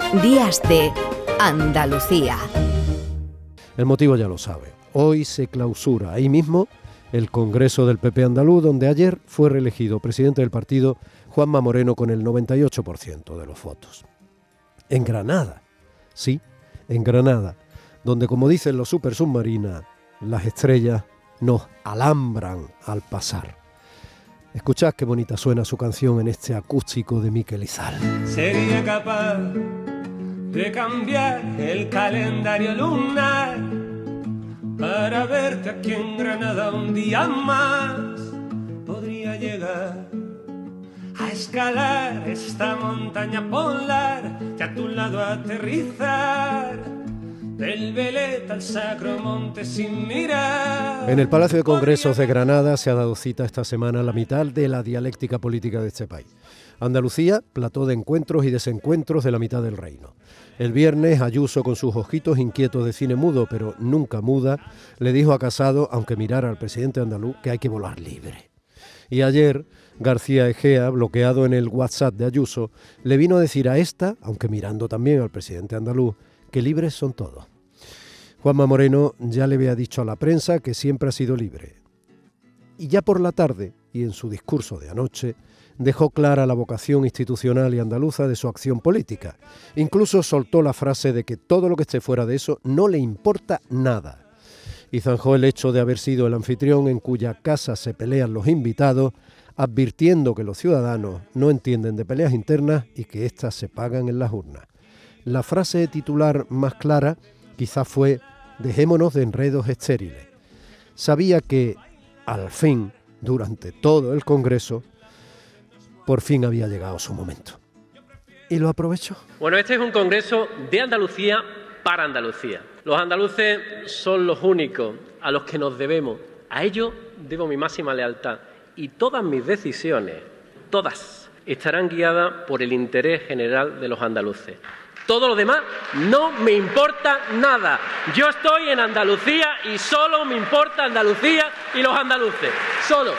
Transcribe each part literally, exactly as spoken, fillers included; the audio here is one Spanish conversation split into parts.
Días de Andalucía. El motivo ya lo sabe. Hoy se clausura ahí mismo el Congreso del P P andaluz, donde ayer fue reelegido presidente del partido Juanma Moreno con el noventa y ocho por ciento de los votos. En Granada, sí, en Granada, donde, como dicen los supersubmarinas, las estrellas nos alambran al pasar. Escuchad qué bonita suena su canción en este acústico de Miquel Izal. Sería capaz de cambiar el calendario lunar para verte aquí en Granada un día más. Podría llegar a escalar esta montaña polar y a tu lado aterrizar del Veleta al Sacro Monte sin mirar. En el Palacio de Congresos de Granada se ha dado cita esta semana la mitad de la dialéctica política de este país. Andalucía, plató de encuentros y desencuentros de la mitad del reino. El viernes, Ayuso, con sus ojitos inquietos de cine mudo, pero nunca muda, le dijo a Casado, aunque mirara al presidente andaluz, que hay que volar libre. Y ayer, García Egea, bloqueado en el WhatsApp de Ayuso, le vino a decir a esta, aunque mirando también al presidente andaluz, que libres son todos. Juanma Moreno ya le había dicho a la prensa que siempre ha sido libre. Y ya por la tarde, y en su discurso de anoche, dejó clara la vocación institucional y andaluza de su acción política. Incluso soltó la frase de que todo lo que esté fuera de eso no le importa nada. Y zanjó el hecho de haber sido el anfitrión en cuya casa se pelean los invitados, advirtiendo que los ciudadanos no entienden de peleas internas y que éstas se pagan en las urnas. La frase titular más clara quizás fue: dejémonos de enredos estériles. Sabía que, al fin, durante todo el Congreso, por fin había llegado su momento. ¿Y lo aprovechó? Bueno, este es un Congreso de Andalucía para Andalucía. Los andaluces son los únicos a los que nos debemos. A ellos debo mi máxima lealtad. Y todas mis decisiones, todas, estarán guiadas por el interés general de los andaluces. Todo lo demás no me importa nada. Yo estoy en Andalucía y solo me importa Andalucía y los andaluces. Solo.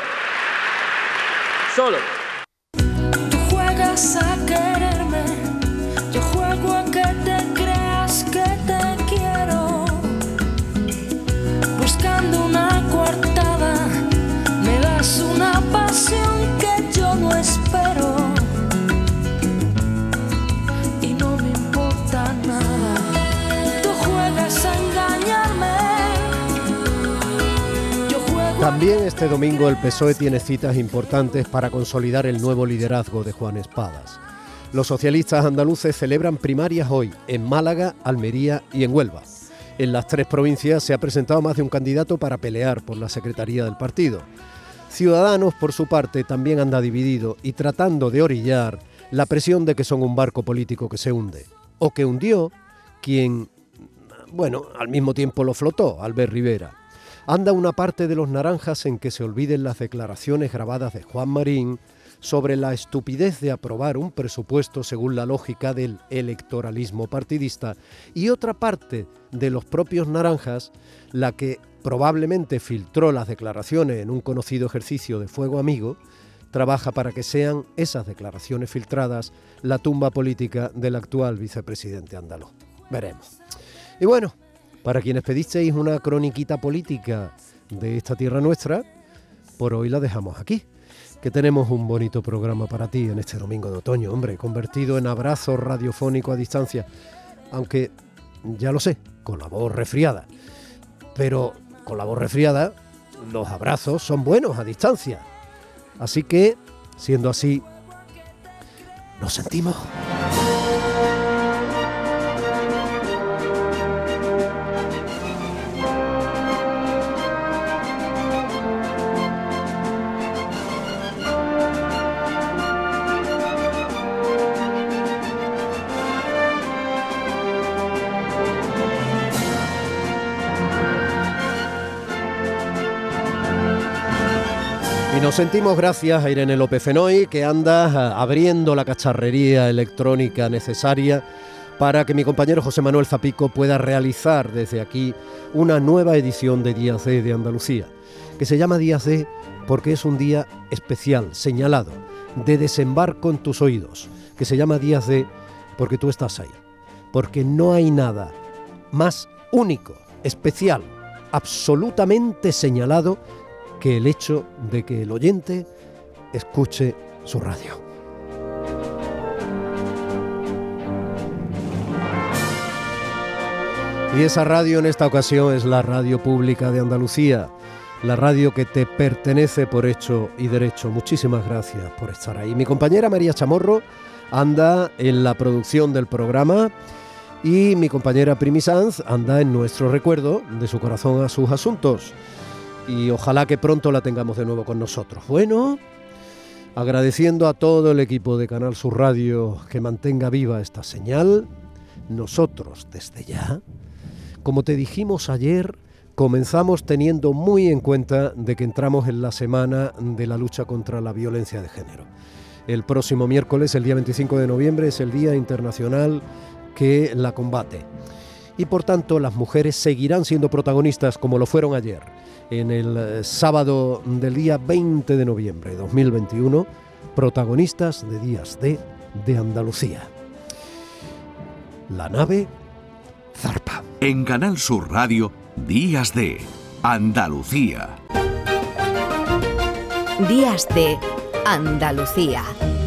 Solo. Tú juegas a quererme, yo juego a que te creas que te quiero. Buscando una coartada, me das una pasión que yo no espero. También este domingo el P S O E tiene citas importantes para consolidar el nuevo liderazgo de Juan Espadas. Los socialistas andaluces celebran primarias hoy en Málaga, Almería y en Huelva. En las tres provincias se ha presentado más de un candidato para pelear por la secretaría del partido. Ciudadanos, por su parte, también anda dividido y tratando de orillar la presión de que son un barco político que se hunde. O que hundió quien, bueno, al mismo tiempo lo flotó, Albert Rivera. Anda una parte de los naranjas en que se olviden las declaraciones grabadas de Juan Marín sobre la estupidez de aprobar un presupuesto según la lógica del electoralismo partidista, y otra parte de los propios naranjas, la que probablemente filtró las declaraciones en un conocido ejercicio de fuego amigo, trabaja para que sean esas declaraciones filtradas la tumba política del actual vicepresidente andaluz. Veremos. Y bueno, para quienes pedisteis una croniquita política de esta tierra nuestra, por hoy la dejamos aquí. Que tenemos un bonito programa para ti en este domingo de otoño, hombre, convertido en abrazo radiofónico a distancia. Aunque, ya lo sé, con la voz resfriada. Pero con la voz resfriada, los abrazos son buenos a distancia. Así que, siendo así, nos sentimos. Y nos sentimos gracias a Irene López Fenoy, que anda abriendo la cacharrería electrónica necesaria para que mi compañero José Manuel Zapico pueda realizar desde aquí una nueva edición de Días de, de Andalucía, que se llama Días de porque es un día especial, señalado, de desembarco en tus oídos, que se llama Días de porque tú estás ahí, porque no hay nada más único, especial, absolutamente señalado que el hecho de que el oyente escuche su radio. Y esa radio en esta ocasión es la Radio Pública de Andalucía, la radio que te pertenece por hecho y derecho. Muchísimas gracias por estar ahí. Mi compañera María Chamorro anda en la producción del programa y mi compañera Primi Sanz anda en nuestro recuerdo de su corazón a sus asuntos. Y ojalá que pronto la tengamos de nuevo con nosotros. Bueno, agradeciendo a todo el equipo de Canal Sur Radio que mantenga viva esta señal, nosotros desde ya, como te dijimos ayer, comenzamos teniendo muy en cuenta de que entramos en la semana de la lucha contra la violencia de género. El próximo miércoles, el día veinticinco de noviembre, es el Día Internacional que la combate. Y por tanto, las mujeres seguirán siendo protagonistas como lo fueron ayer, en el sábado del día veinte de noviembre de dos mil veintiuno, protagonistas de Días de, de Andalucía. La nave zarpa. En Canal Sur Radio, Días de Andalucía. Días de Andalucía.